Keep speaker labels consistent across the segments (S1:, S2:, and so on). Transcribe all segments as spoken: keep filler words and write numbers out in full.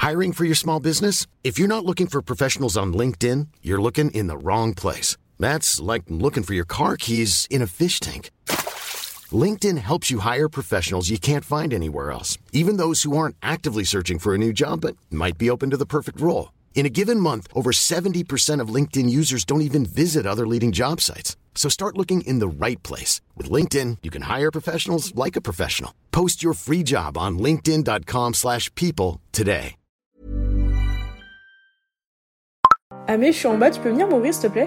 S1: Hiring for your small business? If you're not looking for professionals on LinkedIn, you're looking in the wrong place. That's like looking for your car keys in a fish tank. LinkedIn helps you hire professionals you can't find anywhere else, even those who aren't actively searching for a new job but might be open to the perfect role. In a given month, over seventy percent of LinkedIn users don't even visit other leading job sites. So start looking in the right place. With LinkedIn, you can hire professionals like a professional. Post your free job on linkedin.com slash people today.
S2: Amé, je suis en bas, tu peux venir m'ouvrir s'il te plaît?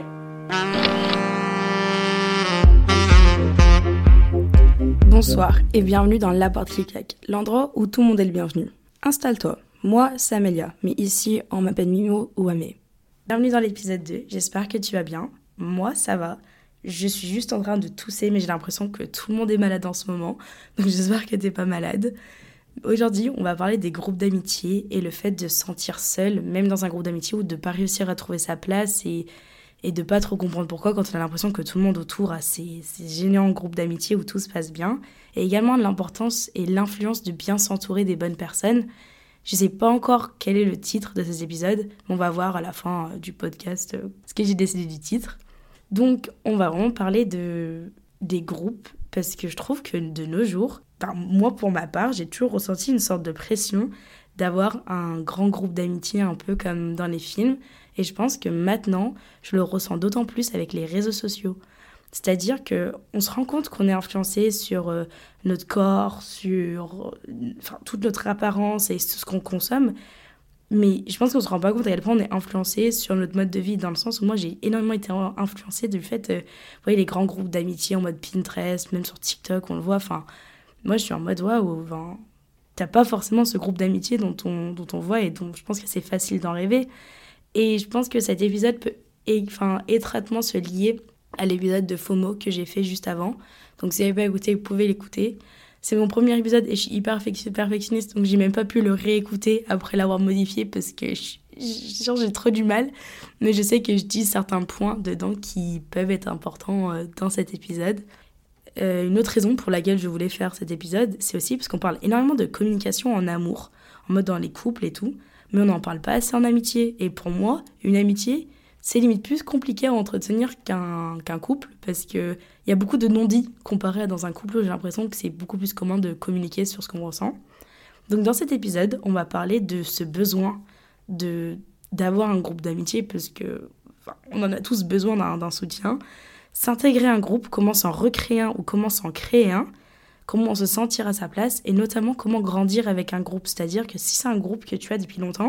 S2: Bonsoir et bienvenue dans La Porte qui claque, l'endroit où tout le monde est le bienvenu. Installe-toi, moi c'est Amélia, mais ici on m'appelle Mimo ou Amé. Bienvenue dans l'épisode deux, j'espère que tu vas bien. Moi ça va, je suis juste en train de tousser mais j'ai l'impression que tout le monde est malade en ce moment, donc j'espère que t'es pas malade. Aujourd'hui on va parler des groupes d'amitié et le fait de se sentir seul, même dans un groupe d'amitié, ou de pas réussir à trouver sa place et... et de pas trop comprendre pourquoi quand on a l'impression que tout le monde autour a ces, ces géniaux groupes d'amitié où tout se passe bien, et également de l'importance et l'influence de bien s'entourer des bonnes personnes. Je sais pas encore quel est le titre de ces épisodes, mais on va voir à la fin du podcast euh, ce que j'ai décidé du titre. Donc on va vraiment parler de, des groupes, parce que je trouve que de nos jours, ben, moi pour ma part, j'ai toujours ressenti une sorte de pression d'avoir un grand groupe d'amitié un peu comme dans les films. Et je pense que maintenant, je le ressens d'autant plus avec les réseaux sociaux. C'est-à-dire qu'on se rend compte qu'on est influencé sur euh, notre corps, sur euh, enfin, toute notre apparence et ce qu'on consomme. Mais je pense qu'on ne se rend pas compte à quel point on est influencé sur notre mode de vie, dans le sens où moi, j'ai énormément été influencée du fait, euh, vous voyez, les grands groupes d'amitié en mode Pinterest, même sur TikTok, on le voit. Enfin, moi, je suis en mode, waouh, enfin, t'as pas forcément ce groupe d'amitié dont on, dont on voit et dont je pense que c'est facile d'en rêver. Et je pense que cet épisode peut enfin, étroitement se lier à l'épisode de FOMO que j'ai fait juste avant. Donc si vous n'avez pas écouté, vous pouvez l'écouter. C'est mon premier épisode et je suis hyper perfectionniste, donc j'ai même pas pu le réécouter après l'avoir modifié parce que je, je, genre, j'ai trop du mal. Mais je sais que je dis certains points dedans qui peuvent être importants euh, dans cet épisode. Euh, une autre raison pour laquelle je voulais faire cet épisode, c'est aussi parce qu'on parle énormément de communication en amour, en mode dans les couples et tout. Mais on n'en parle pas assez en amitié. Et pour moi, une amitié, c'est limite plus compliqué à entretenir qu'un, qu'un couple, parce qu'il y a beaucoup de non-dits comparé à dans un couple où j'ai l'impression que c'est beaucoup plus commun de communiquer sur ce qu'on ressent. Donc dans cet épisode, on va parler de ce besoin de, d'avoir un groupe d'amitié, parce que enfin, on en a tous besoin d'un, d'un soutien. S'intégrer à un groupe, comment s'en recréer un ou comment s'en créer un, comment se sentir à sa place, et notamment comment grandir avec un groupe. C'est-à-dire que si c'est un groupe que tu as depuis longtemps,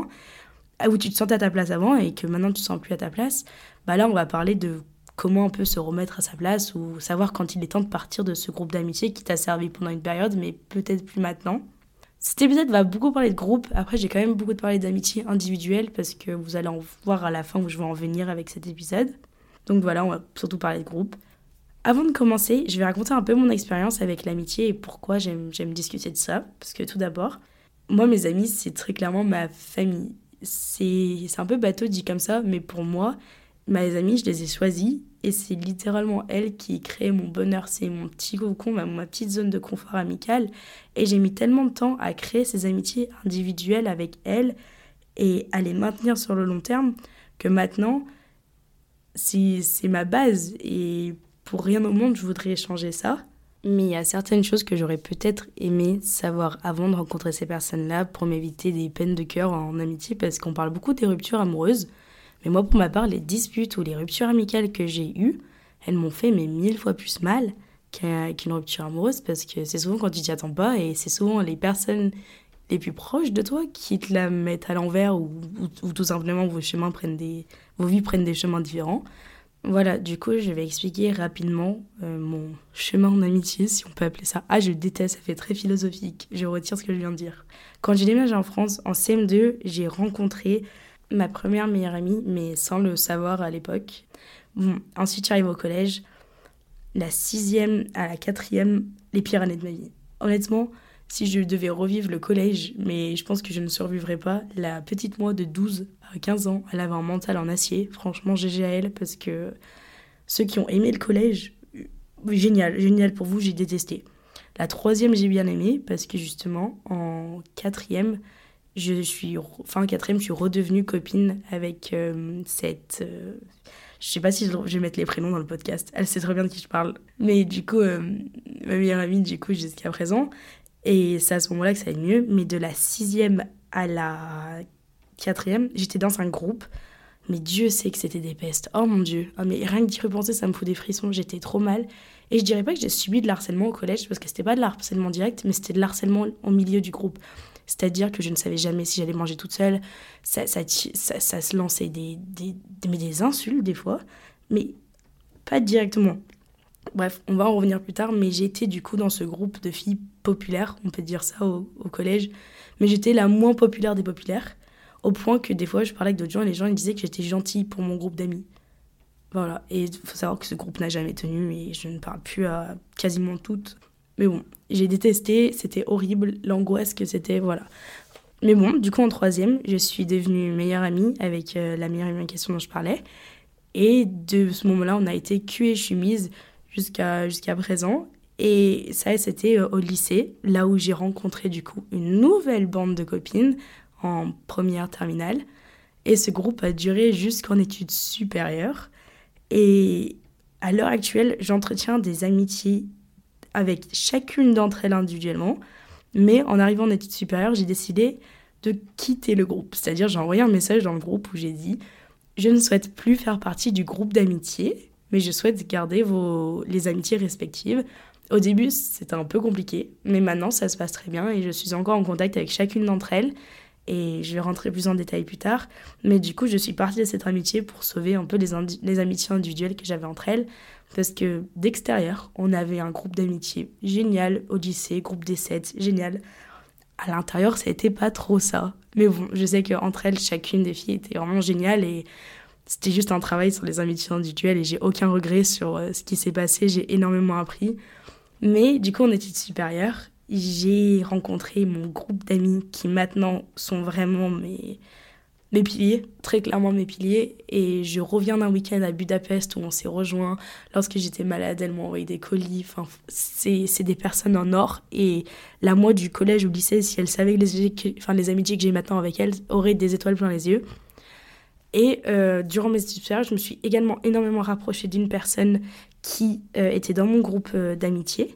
S2: où tu te sentais à ta place avant et que maintenant tu ne te sens plus à ta place, bah là on va parler de comment on peut se remettre à sa place ou savoir quand il est temps de partir de ce groupe d'amitié qui t'a servi pendant une période, mais peut-être plus maintenant. Cet épisode va beaucoup parler de groupe. Après j'ai quand même beaucoup de parler d'amitié individuelle parce que vous allez en voir à la fin où je vais en venir avec cet épisode. Donc voilà, on va surtout parler de groupe. Avant de commencer, je vais raconter un peu mon expérience avec l'amitié et pourquoi j'aime, j'aime discuter de ça. Parce que tout d'abord, moi, mes amis, c'est très clairement ma famille. C'est, c'est un peu bateau dit comme ça, mais pour moi, mes amis, je les ai choisis et c'est littéralement elles qui créent mon bonheur. C'est mon petit cocon, ma, ma petite zone de confort amical. Et j'ai mis tellement de temps à créer ces amitiés individuelles avec elles et à les maintenir sur le long terme que maintenant, c'est, c'est ma base. Et pour rien au monde, je voudrais changer ça. Mais il y a certaines choses que j'aurais peut-être aimé savoir avant de rencontrer ces personnes-là pour m'éviter des peines de cœur en amitié, parce qu'on parle beaucoup des ruptures amoureuses. Mais moi, pour ma part, les disputes ou les ruptures amicales que j'ai eues, elles m'ont fait mais mille fois plus mal qu'une rupture amoureuse, parce que c'est souvent quand tu t'y attends pas et c'est souvent les personnes les plus proches de toi qui te la mettent à l'envers ou, ou, ou tout simplement vos chemins prennent des, vos vies prennent des chemins différents. Voilà, du coup, je vais expliquer rapidement euh, mon chemin en amitié, si on peut appeler ça. Ah, je déteste, ça fait très philosophique. Je retire ce que je viens de dire. Quand j'ai déménagé en France, en C M deux, j'ai rencontré ma première meilleure amie, mais sans le savoir à l'époque. Bon, ensuite, j'arrive au collège. La sixième à la quatrième, les pires années de ma vie. Honnêtement, si je devais revivre le collège, mais je pense que je ne survivrais pas, la petite moi de douze à quinze ans, elle avait un mental en acier. Franchement, G G à elle, parce que ceux qui ont aimé le collège, génial, génial pour vous, j'ai détesté. La troisième, j'ai bien aimé, parce que justement, en quatrième, je suis, fin quatrième, je suis redevenue copine avec euh, cette... Euh, je sais pas si je, je vais mettre les prénoms dans le podcast, elle sait très bien de qui je parle. Mais du coup, euh, ma meilleure amie, du coup, jusqu'à présent. Et c'est à ce moment-là que ça allait mieux. Mais de la sixième à la quatrième, j'étais dans un groupe. Mais Dieu sait que c'était des pestes. Oh mon Dieu. Oh, mais rien que d'y repenser, ça me fout des frissons. J'étais trop mal. Et je dirais pas que j'ai subi de l'harcèlement au collège, parce que c'était pas de l'harcèlement direct, mais c'était de l'harcèlement au milieu du groupe. C'est-à-dire que je ne savais jamais si j'allais manger toute seule. Ça, ça, ça, ça se lançait des, des, des, des insultes des fois, mais pas directement. Bref, on va en revenir plus tard, mais j'étais du coup dans ce groupe de filles populaires, on peut dire ça au, au collège, mais j'étais la moins populaire des populaires, au point que des fois je parlais avec d'autres gens et les gens ils disaient que j'étais gentille pour mon groupe d'amis. Voilà, et il faut savoir que ce groupe n'a jamais tenu et je ne parle plus à quasiment toutes. Mais bon, j'ai détesté, c'était horrible, l'angoisse que c'était, voilà. Mais bon, du coup en troisième, je suis devenue meilleure amie avec euh, la meilleure amie en question dont je parlais. Et de ce moment-là, on a été cul et chemise jusqu'à, jusqu'à présent. Et ça, c'était euh, au lycée, là où j'ai rencontré du coup une nouvelle bande de copines en première terminale. Et ce groupe a duré jusqu'en études supérieures. Et à l'heure actuelle, j'entretiens des amitiés avec chacune d'entre elles individuellement. Mais en arrivant en études supérieures, j'ai décidé de quitter le groupe. C'est-à-dire, j'ai envoyé un message dans le groupe où j'ai dit « Je ne souhaite plus faire partie du groupe d'amitié, mais je souhaite garder vos... les amitiés respectives. » Au début, c'était un peu compliqué, mais maintenant, ça se passe très bien et je suis encore en contact avec chacune d'entre elles. Et je vais rentrer plus en détail plus tard. Mais du coup, je suis partie de cette amitié pour sauver un peu les, indi- les amitiés individuelles que j'avais entre elles. Parce que d'extérieur, on avait un groupe d'amitié génial au lycée, groupe des sept, génial. À l'intérieur, ça n'était pas trop ça. Mais bon, je sais qu'entre elles, chacune des filles était vraiment géniale. Et c'était juste un travail sur les amitiés individuelles. Et j'ai aucun regret sur ce qui s'est passé. J'ai énormément appris. Mais du coup, en études supérieures, j'ai rencontré mon groupe d'amis qui maintenant sont vraiment mes, mes piliers, très clairement mes piliers. Et je reviens d'un week-end à Budapest où on s'est rejoints. Lorsque j'étais malade, elles m'ont envoyé des colis. Enfin, c'est, c'est des personnes en or. Et la moi du collège ou lycée, si elles savaient les, enfin, les amitiés que j'ai maintenant avec elles, auraient des étoiles plein les yeux. Et euh, durant mes études supérieures, je me suis également énormément rapprochée d'une personne qui euh, était dans mon groupe euh, d'amitié,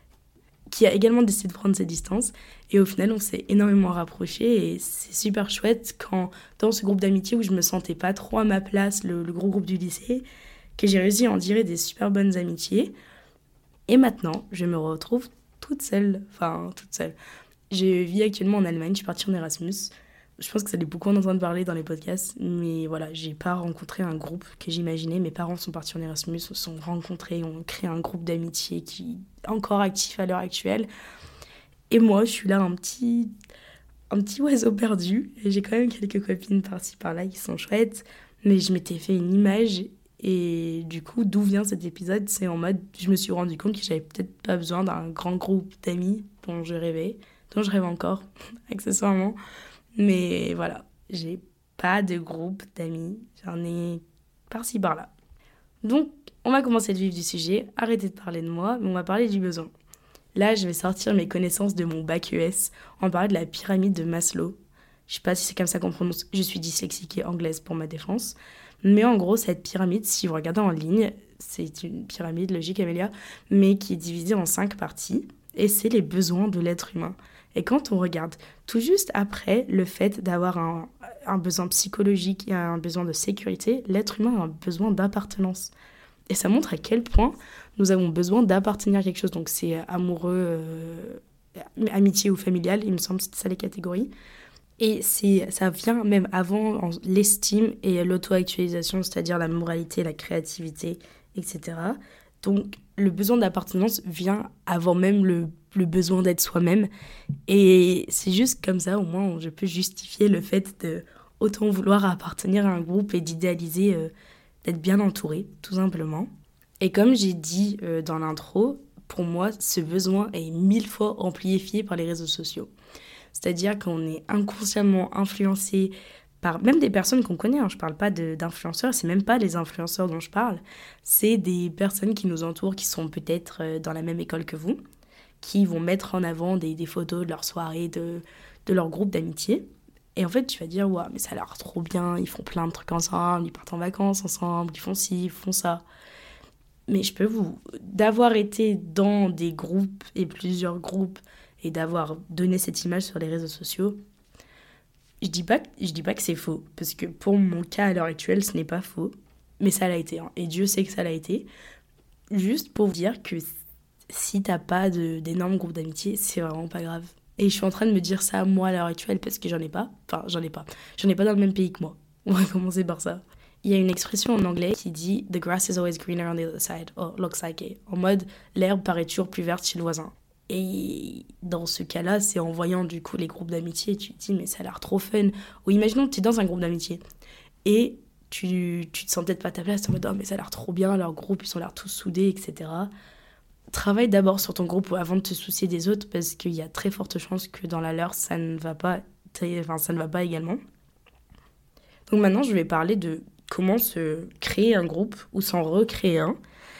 S2: qui a également décidé de prendre ses distances. Et au final, on s'est énormément rapprochés et c'est super chouette quand, dans ce groupe d'amitié où je me sentais pas trop à ma place, le, le gros groupe du lycée, que j'ai réussi à en tirer des super bonnes amitiés. Et maintenant, je me retrouve toute seule. Enfin, toute seule. Je vis actuellement en Allemagne, je suis partie en Erasmus. Je pense que ça allait beaucoup en entendre parler dans les podcasts, mais voilà, j'ai pas rencontré un groupe que j'imaginais. Mes parents sont partis en Erasmus, se sont rencontrés, ont créé un groupe d'amitié qui est encore actif à l'heure actuelle. Et moi, je suis là, un petit, un petit oiseau perdu. Et j'ai quand même quelques copines par-ci par-là qui sont chouettes, mais je m'étais fait une image. Et du coup, d'où vient cet épisode ? C'est en mode, je me suis rendu compte que j'avais peut-être pas besoin d'un grand groupe d'amis dont je rêvais, dont je rêve encore, accessoirement. Mais voilà, j'ai pas de groupe d'amis, j'en ai par-ci par-là. Donc, on va commencer le vif du sujet, arrêtez de parler de moi, mais on va parler du besoin. Là, je vais sortir mes connaissances de mon bac E S, on va parler de la pyramide de Maslow. Je sais pas si c'est comme ça qu'on prononce, je suis dyslexique et anglaise pour ma défense. Mais en gros, cette pyramide, si vous regardez en ligne, c'est une pyramide logique, Amélia, mais qui est divisée en cinq parties, et c'est les besoins de l'être humain. Et quand on regarde tout juste après le fait d'avoir un, un besoin psychologique et un besoin de sécurité, l'être humain a un besoin d'appartenance. Et ça montre à quel point nous avons besoin d'appartenir à quelque chose. Donc c'est amoureux, euh, amitié ou familial, il me semble que c'est ça les catégories. Et c'est, ça vient même avant l'estime et l'auto-actualisation, c'est-à-dire la moralité, la créativité, et cetera. Donc le besoin d'appartenance vient avant même le le besoin d'être soi-même. Et c'est juste comme ça, au moins, je peux justifier le fait de autant vouloir appartenir à un groupe et d'idéaliser euh, d'être bien entouré, tout simplement. Et comme j'ai dit euh, dans l'intro, pour moi, ce besoin est mille fois amplifié par les réseaux sociaux. C'est-à-dire qu'on est inconsciemment influencé par même des personnes qu'on connaît. Hein. Je ne parle pas de, d'influenceurs, c'est même pas les influenceurs dont je parle. C'est des personnes qui nous entourent, qui sont peut-être euh, dans la même école que vous, qui vont mettre en avant des, des photos de leur soirée, de, de leur groupe d'amitié. Et en fait, tu vas dire, ouais, mais ça a l'air trop bien, ils font plein de trucs ensemble, ils partent en vacances ensemble, ils font ci, ils font ça. Mais je peux vous... D'avoir été dans des groupes et plusieurs groupes et d'avoir donné cette image sur les réseaux sociaux, je dis pas, je dis pas que c'est faux, parce que pour mon cas à l'heure actuelle, ce n'est pas faux, mais ça l'a été, hein, et Dieu sait que ça l'a été. Juste pour vous dire que si t'as pas de, d'énormes groupes d'amitié, c'est vraiment pas grave. Et je suis en train de me dire ça moi à l'heure actuelle parce que j'en ai pas, enfin j'en ai pas, j'en ai pas dans le même pays que moi. On va commencer par ça. Il y a une expression en anglais qui dit « The grass is always greener on the other side », or looks like it, en mode « l'herbe paraît toujours plus verte chez le voisin ». Et dans ce cas-là, c'est en voyant du coup les groupes d'amitié, tu te dis mais ça a l'air trop fun. Ou imaginons que tu es dans un groupe d'amitié et tu, tu te sens peut-être pas à ta place, en mode oh mais ça a l'air trop bien, leur groupe, ils ont l'air tous soudés, et cetera. Travaille d'abord sur ton groupe avant de te soucier des autres parce qu'il y a très forte chance que dans la leur, ça ne va pas, enfin, ça ne va pas également. Donc maintenant, je vais parler de comment se créer un groupe ou s'en recréer un.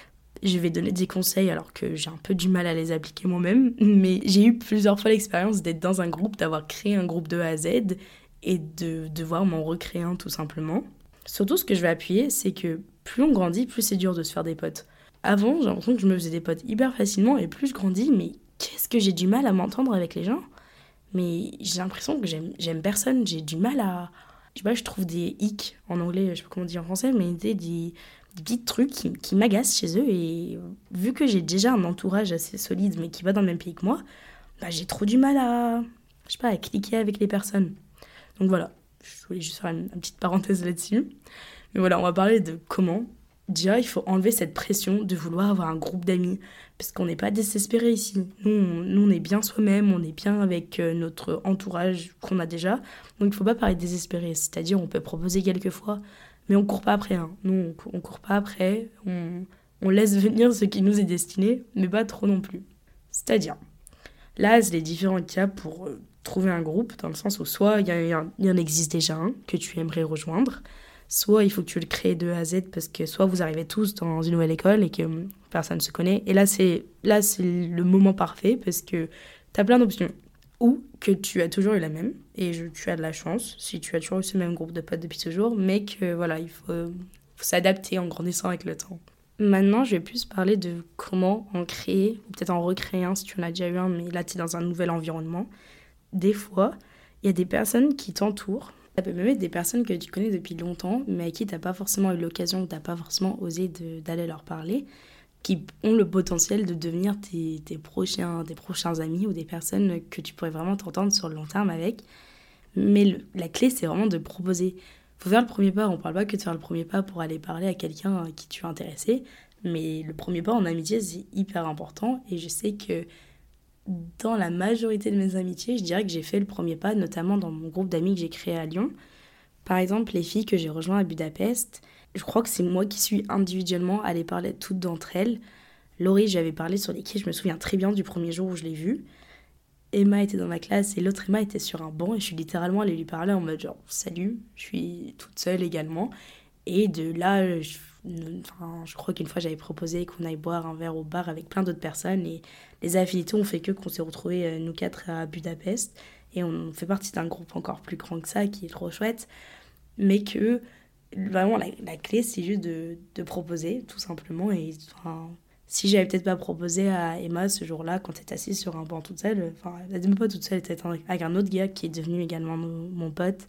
S2: Je vais donner des conseils alors que j'ai un peu du mal à les appliquer moi-même, mais j'ai eu plusieurs fois l'expérience d'être dans un groupe, d'avoir créé un groupe de A à Z et de devoir m'en recréer un tout simplement. Surtout, ce que je vais appuyer, c'est que plus on grandit, plus c'est dur de se faire des potes. Avant, j'ai l'impression que je me faisais des potes hyper facilement et plus je grandis, mais qu'est-ce que j'ai du mal à m'entendre avec les gens. Mais j'ai l'impression que j'aime, j'aime personne, j'ai du mal à... Je sais pas, je trouve des hic en anglais, je sais pas comment dire en français, mais des... des des petits trucs qui, qui m'agacent chez eux et vu que j'ai déjà un entourage assez solide mais qui va dans le même pays que moi, bah j'ai trop du mal à, je sais pas, à cliquer avec les personnes. Donc voilà, je voulais juste faire une, une petite parenthèse là-dessus. Mais voilà, on va parler de comment. Déjà, il faut enlever cette pression de vouloir avoir un groupe d'amis parce qu'on n'est pas désespéré ici. Nous on, nous, on est bien soi-même, on est bien avec notre entourage qu'on a déjà. Donc il ne faut pas paraître désespéré, c'est-à-dire on peut proposer quelquefois. Mais on court pas après, hein. Nous, on, on court pas après, on, on laisse venir ce qui nous est destiné, mais pas trop non plus. C'est-à-dire, là, c'est les différents cas pour euh, trouver un groupe, dans le sens où soit il y, y, y en existe déjà un que tu aimerais rejoindre, soit il faut que tu le crées de A à Z, parce que soit vous arrivez tous dans une nouvelle école et que euh, personne ne se connaît, et là c'est, là, c'est le moment parfait, parce que tu as plein d'options. Ou que tu as toujours eu la même, et je, tu as de la chance, si tu as toujours eu ce même groupe de potes depuis toujours, mais que voilà, il faut, faut s'adapter en grandissant avec le temps. Maintenant, je vais plus parler de comment en créer, ou peut-être en recréer un si tu en as déjà eu un, mais là tu es dans un nouvel environnement. Des fois, il y a des personnes qui t'entourent, ça peut même être des personnes que tu connais depuis longtemps, mais à qui tu n'as pas forcément eu l'occasion, ou tu n'as pas forcément osé de, d'aller leur parler, qui ont le potentiel de devenir tes, tes, prochains, tes prochains amis ou des personnes que tu pourrais vraiment t'entendre sur le long terme avec. Mais le, la clé, c'est vraiment de proposer. Il faut faire le premier pas. On ne parle pas que de faire le premier pas pour aller parler à quelqu'un à qui tu es intéressé, mais le premier pas en amitié, c'est hyper important. Et je sais que dans la majorité de mes amitiés, je dirais que j'ai fait le premier pas, notamment dans mon groupe d'amis que j'ai créé à Lyon. Par exemple, les filles que j'ai rejointes à Budapest, je crois que c'est moi qui suis individuellement allée parler à toutes d'entre elles. Laurie, j'avais parlé sur les quais, je me souviens très bien du premier jour où je l'ai vue. Emma était dans ma classe et l'autre Emma était sur un banc et je suis littéralement allée lui parler en mode genre « Salut, je suis toute seule également ». Et de là, je, enfin, je crois qu'une fois j'avais proposé qu'on aille boire un verre au bar avec plein d'autres personnes et les affinités ont fait que qu'on s'est retrouvés nous quatre à Budapest et on fait partie d'un groupe encore plus grand que ça qui est trop chouette, mais que... Vraiment, la, la clé, c'est juste de, de proposer, tout simplement. Et enfin, si j'avais peut-être pas proposé à Emma ce jour-là, quand elle était assise sur un banc toute seule, enfin, elle n'était même pas toute seule, elle était avec un autre gars qui est devenu également mon, mon pote.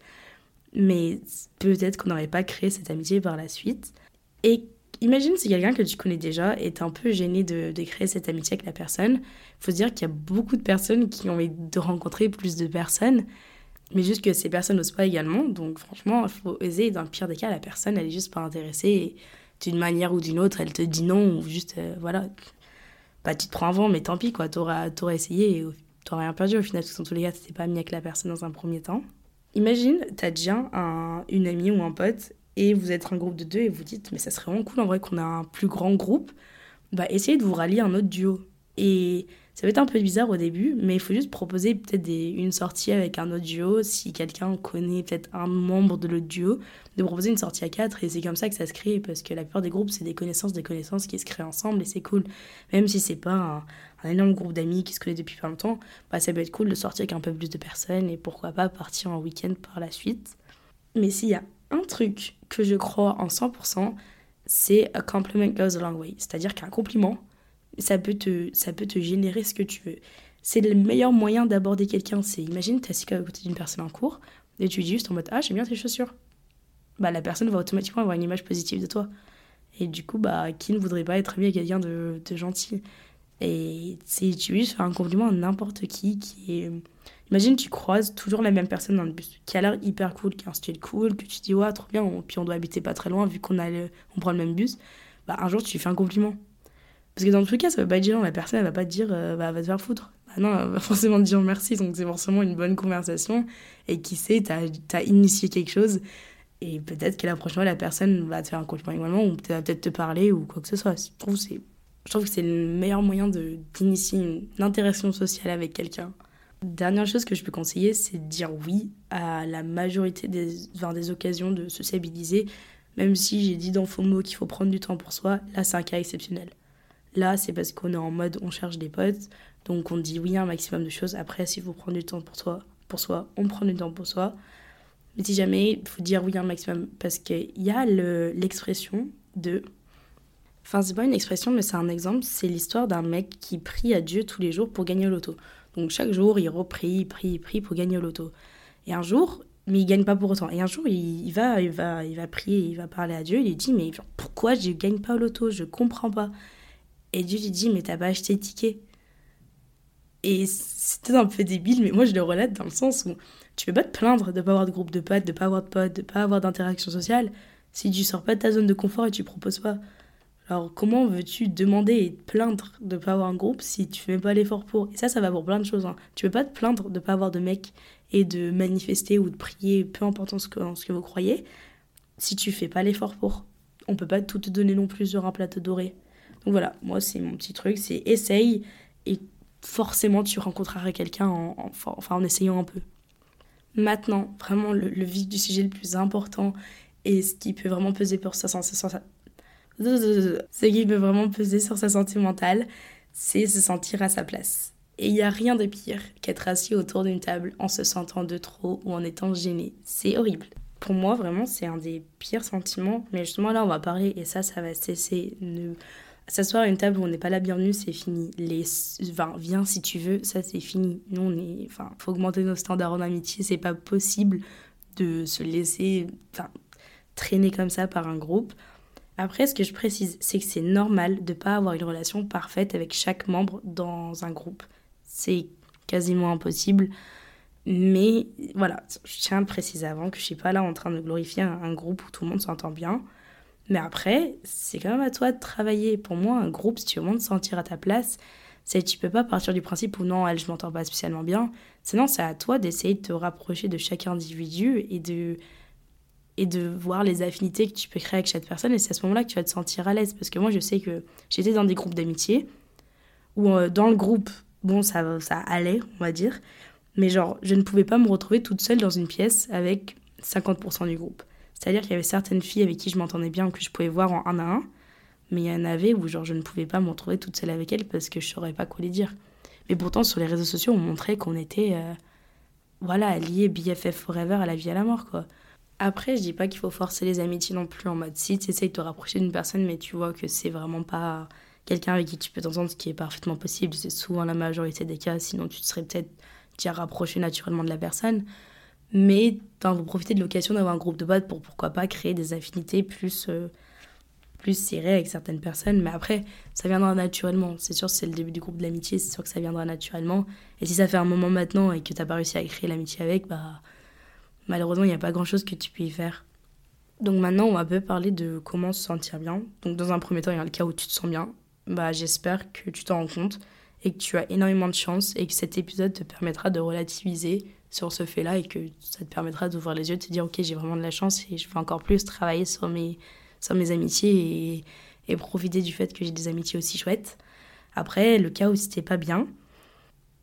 S2: Mais peut-être qu'on n'aurait pas créé cette amitié par la suite. Et imagine si quelqu'un que tu connais déjà est un peu gêné de, de créer cette amitié avec la personne. Il faut se dire qu'il y a beaucoup de personnes qui ont envie de rencontrer plus de personnes. Mais juste que ces personnes n'osent pas également. Donc franchement, il faut oser. Dans le pire des cas, la personne, elle est juste pas intéressée. Et d'une manière ou d'une autre, elle te dit non. Ou juste, euh, voilà. Bah, tu te prends un vent, mais tant pis, quoi. T'auras, t'auras essayé et t'auras rien perdu. Au final, parce que dans tous les cas, t'étais pas mis avec la personne dans un premier temps. Imagine, t'as déjà un, une amie ou un pote et vous êtes un groupe de deux et vous dites, mais ça serait vraiment cool en vrai qu'on a un plus grand groupe. Bah, essayez de vous rallier un autre duo. Et Ça va être un peu bizarre au début, mais il faut juste proposer peut-être des, une sortie avec un autre duo. Si quelqu'un connaît peut-être un membre de l'autre duo, de proposer une sortie à quatre. Et c'est comme ça que ça se crée, parce que la plupart des groupes, c'est des connaissances, des connaissances qui se créent ensemble et c'est cool. Même si c'est pas un, un énorme groupe d'amis qui se connaît depuis pas longtemps, bah, ça peut être cool de sortir avec un peu plus de personnes et pourquoi pas partir en week-end par la suite. Mais s'il y a un truc que je crois en cent pour cent, c'est a compliment goes a long way. C'est-à-dire qu'un compliment, ça peut te, ça peut te générer ce que tu veux. C'est le meilleur moyen d'aborder quelqu'un. C'est, imagine, t'es assis à côté d'une personne en cours et tu dis juste en mode « Ah, j'aime bien tes chaussures ». Bah, la personne va automatiquement avoir une image positive de toi. Et du coup, bah, qui ne voudrait pas être ami avec quelqu'un de, de gentil ? Et c'est, tu veux juste faire un compliment à n'importe qui qui est... Imagine, tu croises toujours la même personne dans le bus, qui a l'air hyper cool, qui a un style cool, que tu te dis « Ouais, trop bien, on, puis on doit habiter pas très loin vu qu'on a le, on prend le même bus ». Bah, un jour, tu lui fais un compliment. Parce que dans tous les cas, ça va pas être gênant. La personne, elle va pas te dire euh, bah, va te faire foutre. Bah non, elle va forcément te dire merci. Donc c'est forcément une bonne conversation. Et qui sait, t'as, t'as initié quelque chose. Et peut-être que la prochaine fois, la personne va te faire un compliment également. Ou peut-être, peut-être te parler ou quoi que ce soit. Je trouve, c'est, je trouve que c'est le meilleur moyen de, d'initier une, une interaction sociale avec quelqu'un. Dernière chose que je peux conseiller, c'est de dire oui à la majorité des, enfin, des occasions de sociabiliser. Même si j'ai dit dans FOMO qu'il faut prendre du temps pour soi, là, c'est un cas exceptionnel. Là, c'est parce qu'on est en mode on cherche des potes, donc on dit oui à un maximum de choses. Après, s'il faut prendre du temps pour soi, pour soi, on prend du temps pour soi. Mais si jamais, il faut dire oui à un maximum, parce qu'il y a le, l'expression de... Enfin, c'est pas une expression, mais c'est un exemple. C'est l'histoire d'un mec qui prie à Dieu tous les jours pour gagner au loto. Donc chaque jour, il reprie, il prie, il prie pour gagner au loto. Et un jour, mais il gagne pas pour autant. Et un jour, il, il, va, il, va, il va prier, il va parler à Dieu, il lui dit « Mais pourquoi je gagne pas au loto ? Je comprends pas. » Et Dieu lui dit, mais t'as pas acheté de ticket. Et c'était un peu débile, mais moi je le relate dans le sens où tu peux pas te plaindre de pas avoir de groupe de potes, de pas avoir de potes, de pas avoir d'interaction sociale si tu sors pas de ta zone de confort et tu proposes pas. Alors comment veux-tu demander et te plaindre de pas avoir un groupe si tu fais même pas l'effort pour ? Et ça, ça va pour plein de choses. Hein. Tu peux pas te plaindre de pas avoir de mecs et de manifester ou de prier, peu importe ce que, ce que vous croyez, si tu fais pas l'effort pour. On peut pas tout te donner non plus sur un plateau doré. Donc voilà, moi c'est mon petit truc, c'est essaye et forcément tu rencontreras quelqu'un en, en, enfin, en essayant un peu. Maintenant, vraiment le, le vif du sujet le plus important et ce qui peut vraiment peser pour sa santé, ce qui peut vraiment peser sur sa santé mentale, c'est se sentir à sa place. Et il n'y a rien de pire qu'être assis autour d'une table en se sentant de trop ou en étant gêné. C'est horrible. Pour moi, vraiment, c'est un des pires sentiments. Mais justement, là, on va parler et ça, ça va cesser. Ne... S'asseoir à une table où on n'est pas la bienvenue, c'est fini. Les... Enfin, viens si tu veux, ça, c'est fini. Nous, on est... Enfin, faut augmenter nos standards en amitié. C'est pas possible de se laisser enfin, traîner comme ça par un groupe. Après, ce que je précise, c'est que c'est normal de ne pas avoir une relation parfaite avec chaque membre dans un groupe. C'est quasiment impossible. Mais voilà, je tiens à le préciser avant que je ne suis pas là en train de glorifier un, un groupe où tout le monde s'entend bien. Mais après, c'est quand même à toi de travailler. Pour moi, un groupe, si tu veux vraiment te sentir à ta place, c'est tu peux pas partir du principe où non, elle, je m'entends pas spécialement bien. Sinon, c'est à toi d'essayer de te rapprocher de chaque individu et de, et de voir les affinités que tu peux créer avec chaque personne. Et c'est à ce moment-là que tu vas te sentir à l'aise. Parce que moi, je sais que j'étais dans des groupes d'amitié où euh, dans le groupe, bon, ça, ça allait, on va dire. Mais genre, je ne pouvais pas me retrouver toute seule dans une pièce avec cinquante pour cent du groupe. C'est-à-dire qu'il y avait certaines filles avec qui je m'entendais bien, que je pouvais voir en un à un, mais il y en avait où genre, je ne pouvais pas me retrouver toute seule avec elles parce que je ne saurais pas quoi les dire. Mais pourtant, sur les réseaux sociaux, on montrait qu'on était euh, voilà, liés B F F forever à la vie à la mort, quoi. Après, je dis pas qu'il faut forcer les amitiés non plus en mode si tu essayes de te rapprocher d'une personne, mais tu vois que c'est vraiment pas quelqu'un avec qui tu peux t'entendre, ce qui est parfaitement possible. C'est souvent la majorité des cas, sinon tu te serais peut-être déjà rapproché naturellement de la personne. Mais vous profitez de l'occasion d'avoir un groupe de potes pour pourquoi pas créer des affinités plus, euh, plus serrées avec certaines personnes. Mais après, ça viendra naturellement. C'est sûr, c'est le début du groupe de l'amitié, c'est sûr que ça viendra naturellement. Et si ça fait un moment maintenant et que t'as pas réussi à créer l'amitié avec, bah malheureusement, il n'y a pas grand-chose que tu peux y faire. Donc maintenant, on va un peu parler de comment se sentir bien. Donc dans un premier temps, il y a le cas où tu te sens bien. Bah, j'espère que tu t'en rends compte et que tu as énormément de chance et que cet épisode te permettra de relativiser sur ce fait-là et que ça te permettra d'ouvrir les yeux, de te dire « Ok, j'ai vraiment de la chance et je vais encore plus travailler sur mes, sur mes amitiés et, et profiter du fait que j'ai des amitiés aussi chouettes. » Après, le cas où si t'es pas bien,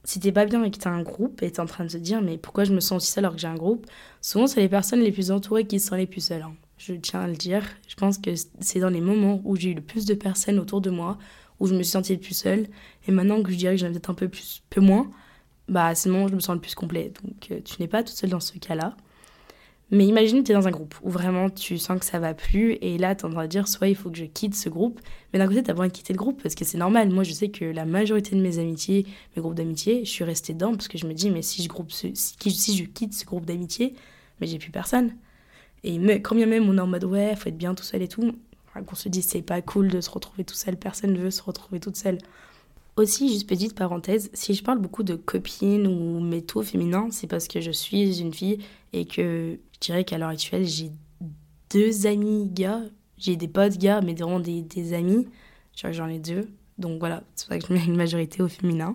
S2: si t'es pas bien et que t'as un groupe et t'es en train de te dire mais pourquoi je me sens aussi seule alors que j'ai un groupe, souvent c'est les personnes les plus entourées qui sont les plus seules. Hein. Je tiens à le dire. Je pense que c'est dans les moments où j'ai eu le plus de personnes autour de moi, où je me suis sentie le plus seule. Et maintenant que je dirais que j'en ai peut-être un peu, plus, peu moins, bah c'est le moment où je me sens le plus complet. Donc euh, tu n'es pas toute seule dans ce cas-là. Mais imagine que tu es dans un groupe où vraiment tu sens que ça va plus et là tu es en train de dire soit il faut que je quitte ce groupe, mais d'un côté tu as pas envie de quitter le groupe parce que c'est normal. Moi je sais que la majorité de mes amitiés, mes groupes d'amitié, je suis restée dedans parce que je me dis mais si je, groupe ce, si, si je quitte ce groupe d'amitié, mais j'ai plus personne. Et mais, quand bien même on est en mode ouais faut être bien tout seul et tout, enfin, qu'on se dise c'est pas cool de se retrouver tout seul, personne ne veut se retrouver toute seule. Aussi, juste petite parenthèse, si je parle beaucoup de copines ou métaux féminins, c'est parce que je suis une fille et que je dirais qu'à l'heure actuelle, j'ai deux amis gars, j'ai des potes gars, mais vraiment des, des amis, je dirais que j'en ai deux. Donc voilà, c'est pour ça que je mets une majorité au féminin.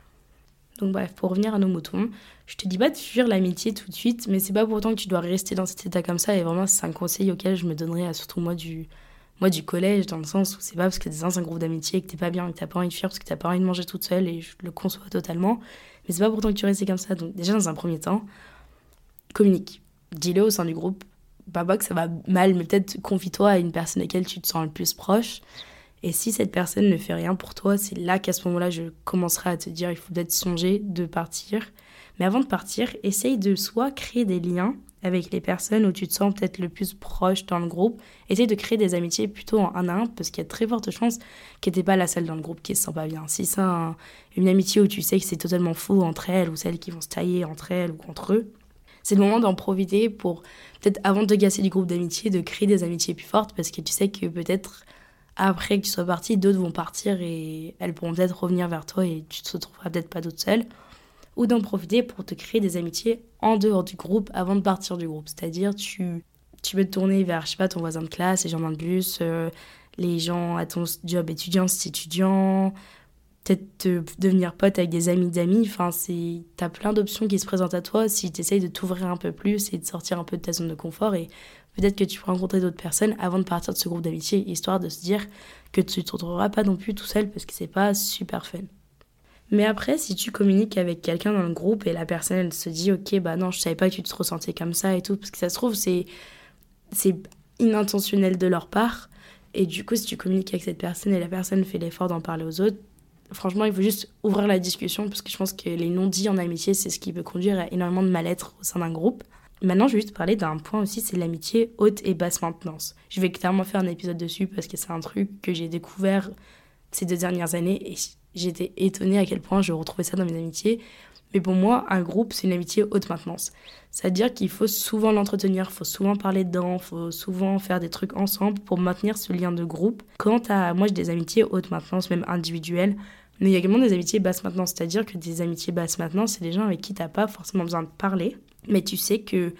S2: Donc bref, pour revenir à nos moutons, je te dis pas de fuir l'amitié tout de suite, mais c'est pas pour autant que tu dois rester dans cet état comme ça, et vraiment c'est un conseil auquel je me donnerais à surtout moi du... Moi, du collège, dans le sens où c'est pas parce que t'es dans un groupe d'amitié et que t'es pas bien et que t'as pas envie de fuir parce que t'as pas envie de manger toute seule, et je le conçois totalement. Mais c'est pas pourtant que tu restes comme ça. Donc, déjà, dans un premier temps, communique. Dis-le au sein du groupe. Pas pas que ça va mal, mais peut-être confie-toi à une personne à laquelle tu te sens le plus proche. Et si cette personne ne fait rien pour toi, c'est là qu'à ce moment-là, je commencerai à te dire il faut peut-être songer de partir. Mais avant de partir, essaye de soit créer des liens avec les personnes où tu te sens peut-être le plus proche dans le groupe. Essaye de créer des amitiés plutôt en un à un, parce qu'il y a de très fortes chances que t'es pas la seule dans le groupe qui se sent pas bien. Si c'est un, une amitié où tu sais que c'est totalement faux entre elles, ou celles qui vont se tailler entre elles ou contre eux, c'est le moment d'en profiter pour, peut-être avant de te gasser du groupe d'amitié, de créer des amitiés plus fortes, parce que tu sais que peut-être après que tu sois parti, d'autres vont partir et elles pourront peut-être revenir vers toi et tu te retrouveras peut-être pas toute seule. Ou d'en profiter pour te créer des amitiés en dehors du groupe avant de partir du groupe. C'est-à-dire, tu, tu peux te tourner vers, je sais pas, ton voisin de classe, les gens dans le bus, euh, les gens à ton job étudiant si t'es étudiant, peut-être te, devenir pote avec des amis d'amis. Enfin, c'est, t'as plein d'options qui se présentent à toi si t'essayes de t'ouvrir un peu plus et de sortir un peu de ta zone de confort. Et peut-être que tu pourras rencontrer d'autres personnes avant de partir de ce groupe d'amitié, histoire de se dire que tu ne te retrouveras pas non plus tout seul parce que c'est pas super fun. Mais après, si tu communiques avec quelqu'un dans le groupe et la personne, elle se dit « Ok, bah non, je savais pas que tu te ressentais comme ça et tout », parce que ça se trouve, c'est, c'est inintentionnel de leur part. Et du coup, si tu communiques avec cette personne et la personne fait l'effort d'en parler aux autres, franchement, il faut juste ouvrir la discussion, parce que je pense que les non-dits en amitié, c'est ce qui peut conduire à énormément de mal-être au sein d'un groupe. Maintenant, je vais juste parler d'un point aussi, c'est l'amitié haute et basse maintenance. Je vais clairement faire un épisode dessus, parce que c'est un truc que j'ai découvert ces deux dernières années, et j'étais étonnée à quel point je retrouvais ça dans mes amitiés. Mais pour moi, un groupe, c'est une amitié haute maintenance. C'est-à-dire qu'il faut souvent l'entretenir, il faut souvent parler dedans, il faut souvent faire des trucs ensemble pour maintenir ce lien de groupe. Quant à moi, j'ai des amitiés haute maintenance, même individuelles, mais il y a également des amitiés basse maintenance. C'est-à-dire que des amitiés basse maintenance, c'est des gens avec qui tu n'as pas forcément besoin de parler, mais tu sais que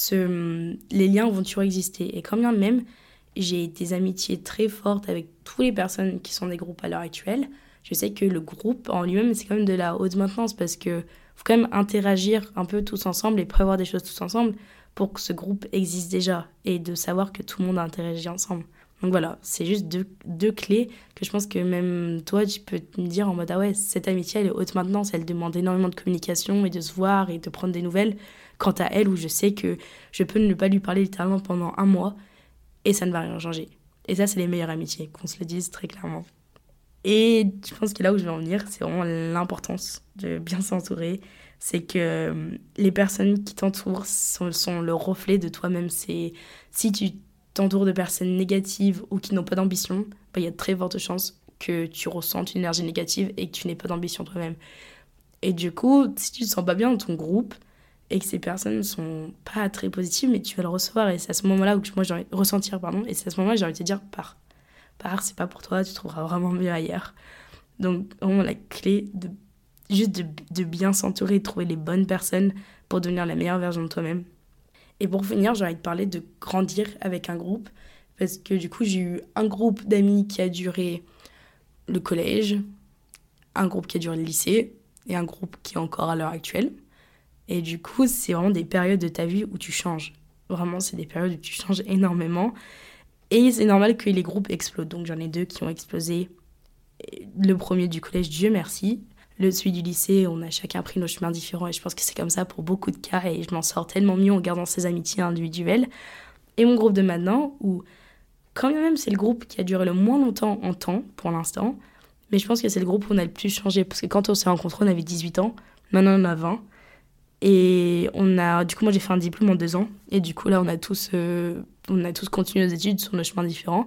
S2: ce, les liens vont toujours exister. Et quand bien même, j'ai des amitiés très fortes avec toutes les personnes qui sont des groupes à l'heure actuelle, je sais que le groupe en lui-même, c'est quand même de la haute maintenance parce qu'il faut quand même interagir un peu tous ensemble et prévoir des choses tous ensemble pour que ce groupe existe déjà et de savoir que tout le monde a interagi ensemble. Donc voilà, c'est juste deux, deux clés que je pense que même toi, tu peux me dire en mode « Ah ouais, cette amitié, elle est haute maintenance, elle demande énormément de communication et de se voir et de prendre des nouvelles. » Quant à elle, où je sais que je peux ne pas lui parler littéralement pendant un mois et ça ne va rien changer. Et ça, c'est les meilleures amitiés, qu'on se le dise très clairement. Et je pense que là où je vais en venir, c'est vraiment l'importance de bien s'entourer. C'est que les personnes qui t'entourent sont, sont le reflet de toi-même. C'est, si tu t'entoures de personnes négatives ou qui n'ont pas d'ambition, bah, y a de très fortes chances que tu ressentes une énergie négative et que tu n'aies pas d'ambition toi-même. Et du coup, si tu te sens pas bien dans ton groupe et que ces personnes sont pas très positives, mais tu vas le recevoir. Et c'est à ce moment-là où moi j'ai envie de ressentir, pardon, et c'est à ce moment-là que j'ai envie de te dire « pars ». Pars, c'est pas pour toi, tu trouveras vraiment mieux ailleurs. Donc, vraiment, la clé, de, juste de, de bien s'entourer, de trouver les bonnes personnes pour devenir la meilleure version de toi-même. Et pour finir, j'ai envie de parler de grandir avec un groupe, parce que du coup, j'ai eu un groupe d'amis qui a duré le collège, un groupe qui a duré le lycée, et un groupe qui est encore à l'heure actuelle. Et du coup, c'est vraiment des périodes de ta vie où tu changes. Vraiment, c'est des périodes où tu changes énormément. Et c'est normal que les groupes explosent. Donc j'en ai deux qui ont explosé. Le premier du collège, Dieu merci. le celui du lycée, on a chacun pris nos chemins différents et je pense que c'est comme ça pour beaucoup de cas et je m'en sors tellement mieux en gardant ces amitiés individuelles. Et mon groupe de maintenant, où quand même c'est le groupe qui a duré le moins longtemps en temps pour l'instant, mais je pense que c'est le groupe où on a le plus changé parce que quand on s'est rencontrés, on avait dix-huit ans, maintenant on en a vingt. Et on a, du coup, moi j'ai fait un diplôme en deux ans et du coup là on a tous, euh, on a tous continué nos études sur nos chemins différents.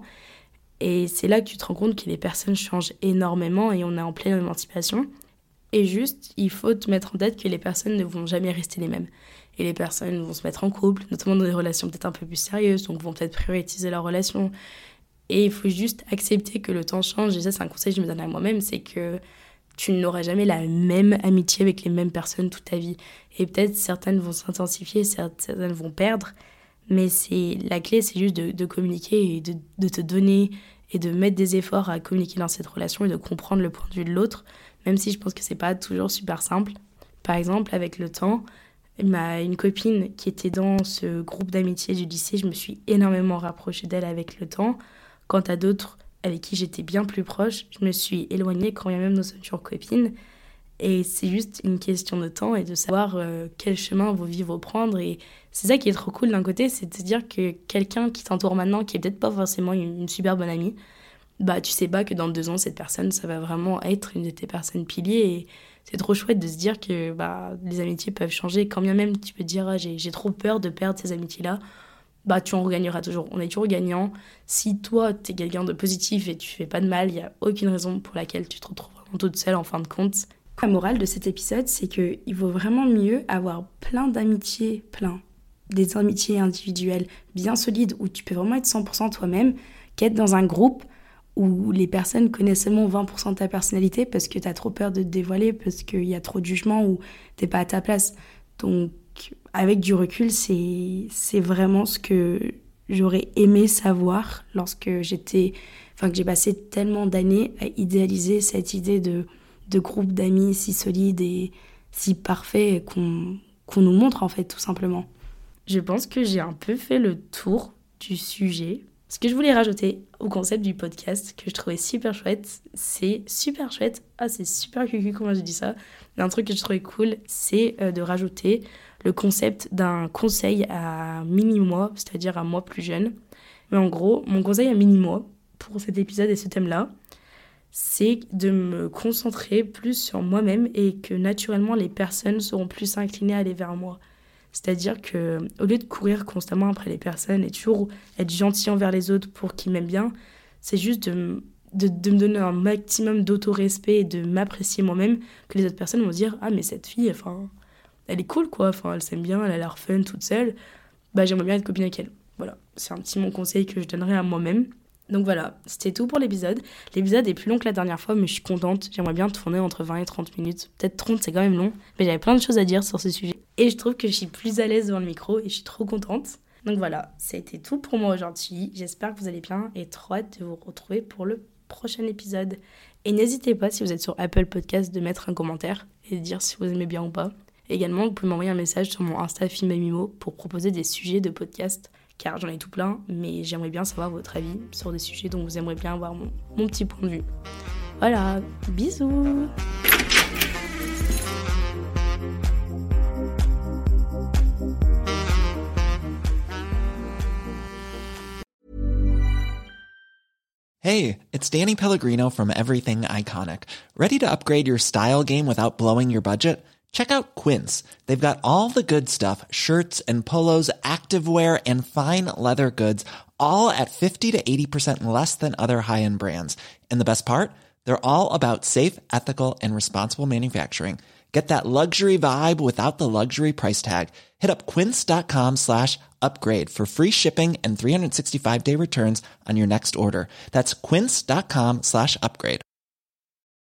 S2: Et c'est là que tu te rends compte que les personnes changent énormément et on est en pleine émancipation. Et juste, il faut te mettre en tête que les personnes ne vont jamais rester les mêmes. Et les personnes vont se mettre en couple, notamment dans des relations peut-être un peu plus sérieuses, donc vont peut-être prioriser leur relation. Et il faut juste accepter que le temps change. Et ça, c'est un conseil que je me donne à moi-même, c'est que tu n'auras jamais la même amitié avec les mêmes personnes toute ta vie. Et peut-être certaines vont s'intensifier, certaines vont perdre. Mais c'est, la clé, c'est juste de, de communiquer et de, de te donner et de mettre des efforts à communiquer dans cette relation et de comprendre le point de vue de l'autre, même si je pense que c'est pas toujours super simple. Par exemple, avec le temps, ma, une copine qui était dans ce groupe d'amitié du lycée, je me suis énormément rapprochée d'elle avec le temps. Quant à d'autres avec qui j'étais bien plus proche, je me suis éloignée quand bien même nous sommes toujours copines. Et c'est juste une question de temps et de savoir euh, quel chemin vos vies vont prendre. Et c'est ça qui est trop cool d'un côté, c'est de se dire que quelqu'un qui t'entoure maintenant, qui est peut-être pas forcément une, une super bonne amie, bah tu sais pas que dans deux ans, cette personne, ça va vraiment être une de tes personnes piliers. Et c'est trop chouette de se dire que bah, les amitiés peuvent changer. Quand bien même tu peux te dire ah, j'ai, j'ai trop peur de perdre ces amitiés-là, bah tu en regagneras toujours. On est toujours gagnant. Si toi, t'es quelqu'un de positif et tu fais pas de mal, il y a aucune raison pour laquelle tu te retrouves vraiment toute seule en fin de compte. La morale de cet épisode, c'est qu'il vaut vraiment mieux avoir plein d'amitiés, plein, des amitiés individuelles bien solides où tu peux vraiment être cent pour cent toi-même, qu'être dans un groupe où les personnes connaissent seulement vingt pour cent de ta personnalité parce que t'as trop peur de te dévoiler, parce qu'il y a trop de jugement ou t'es pas à ta place. Donc, avec du recul, c'est, c'est vraiment ce que j'aurais aimé savoir lorsque j'étais... Enfin, que j'ai passé tellement d'années à idéaliser cette idée de... de groupe d'amis si solide et si parfait qu'on, qu'on nous montre en fait tout simplement. Je pense que j'ai un peu fait le tour du sujet. Ce que je voulais rajouter au concept du podcast que je trouvais super chouette, c'est super chouette, ah c'est super cucu comment j'ai dit ça, mais un truc que je trouvais cool, c'est euh, de rajouter le concept d'un conseil à mini-moi, c'est-à-dire à moi plus jeune. Mais en gros, mon conseil à mini-moi pour cet épisode et ce thème-là, c'est de me concentrer plus sur moi-même et que naturellement les personnes seront plus inclinées à aller vers moi. C'est-à-dire que au lieu de courir constamment après les personnes et toujours être gentil envers les autres pour qu'ils m'aiment bien, c'est juste de, de, de me donner un maximum d'autorespect et de m'apprécier moi-même, que les autres personnes vont se dire « Ah mais cette fille, enfin, elle est cool quoi, enfin, elle s'aime bien, elle a l'air fun toute seule, bah j'aimerais bien être copine avec elle. » Voilà, c'est un petit mon conseil que je donnerais à moi-même. Donc voilà, c'était tout pour l'épisode. L'épisode est plus long que la dernière fois, mais je suis contente. J'aimerais bien tourner entre vingt et trente minutes. Peut-être trente, c'est quand même long. Mais j'avais plein de choses à dire sur ce sujet. Et je trouve que je suis plus à l'aise devant le micro et je suis trop contente. Donc voilà, c'était tout pour moi aujourd'hui. J'espère que vous allez bien et trop hâte de vous retrouver pour le prochain épisode. Et n'hésitez pas, si vous êtes sur Apple Podcast, de mettre un commentaire et de dire si vous aimez bien ou pas. Également, vous pouvez m'envoyer un message sur mon Insta Filmamimo pour proposer des sujets de podcast. Car j'en ai tout plein, mais j'aimerais bien savoir votre avis sur des sujets dont vous aimeriez bien avoir mon, mon petit point de vue. Voilà, bisous!
S3: Hey, it's Danny Pellegrino from Everything Iconic. Ready to upgrade your style game without blowing your budget? Check out Quince. They've got all the good stuff, shirts and polos, activewear, and fine leather goods, all at fifty to eighty percent less than other high-end brands. And the best part? They're all about safe, ethical, and responsible manufacturing. Get that luxury vibe without the luxury price tag. Hit up quince.com slash upgrade for free shipping and three sixty-five day returns on your next order. That's quince.com slash upgrade.